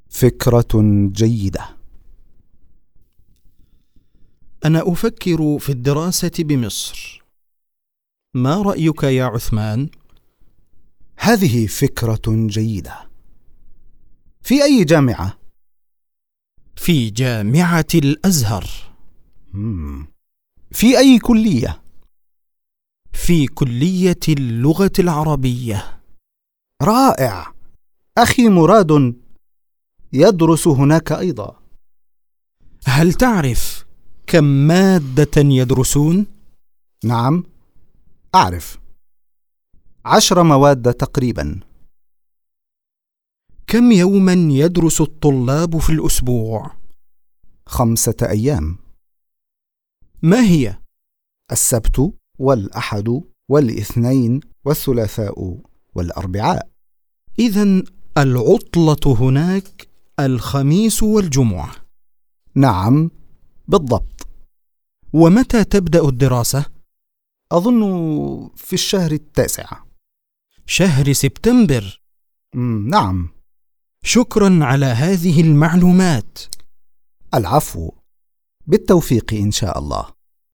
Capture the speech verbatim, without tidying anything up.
فكرة جيدة. أنا أفكر في الدراسة بمصر. ما رأيك يا عثمان؟ هذه فكرة جيدة. في أي جامعة؟ في جامعة الأزهر. مم. في أي كلية؟ في كلية اللغة العربية. رائع. أخي مراد يدرس هناك أيضا. هل تعرف كم مادة يدرسون؟ نعم، أعرف. عشر مواد تقريبا. كم يوما يدرس الطلاب في الأسبوع؟ خمسة أيام. ما هي؟ السبت والأحد والاثنين والثلاثاء والأربعاء. إذن العطلة هناك الخميس والجمعة. نعم بالضبط. ومتى تبدأ الدراسة؟ أظن في الشهر التاسع. شهر سبتمبر. نعم. شكرا على هذه المعلومات. العفو. بالتوفيق إن شاء الله.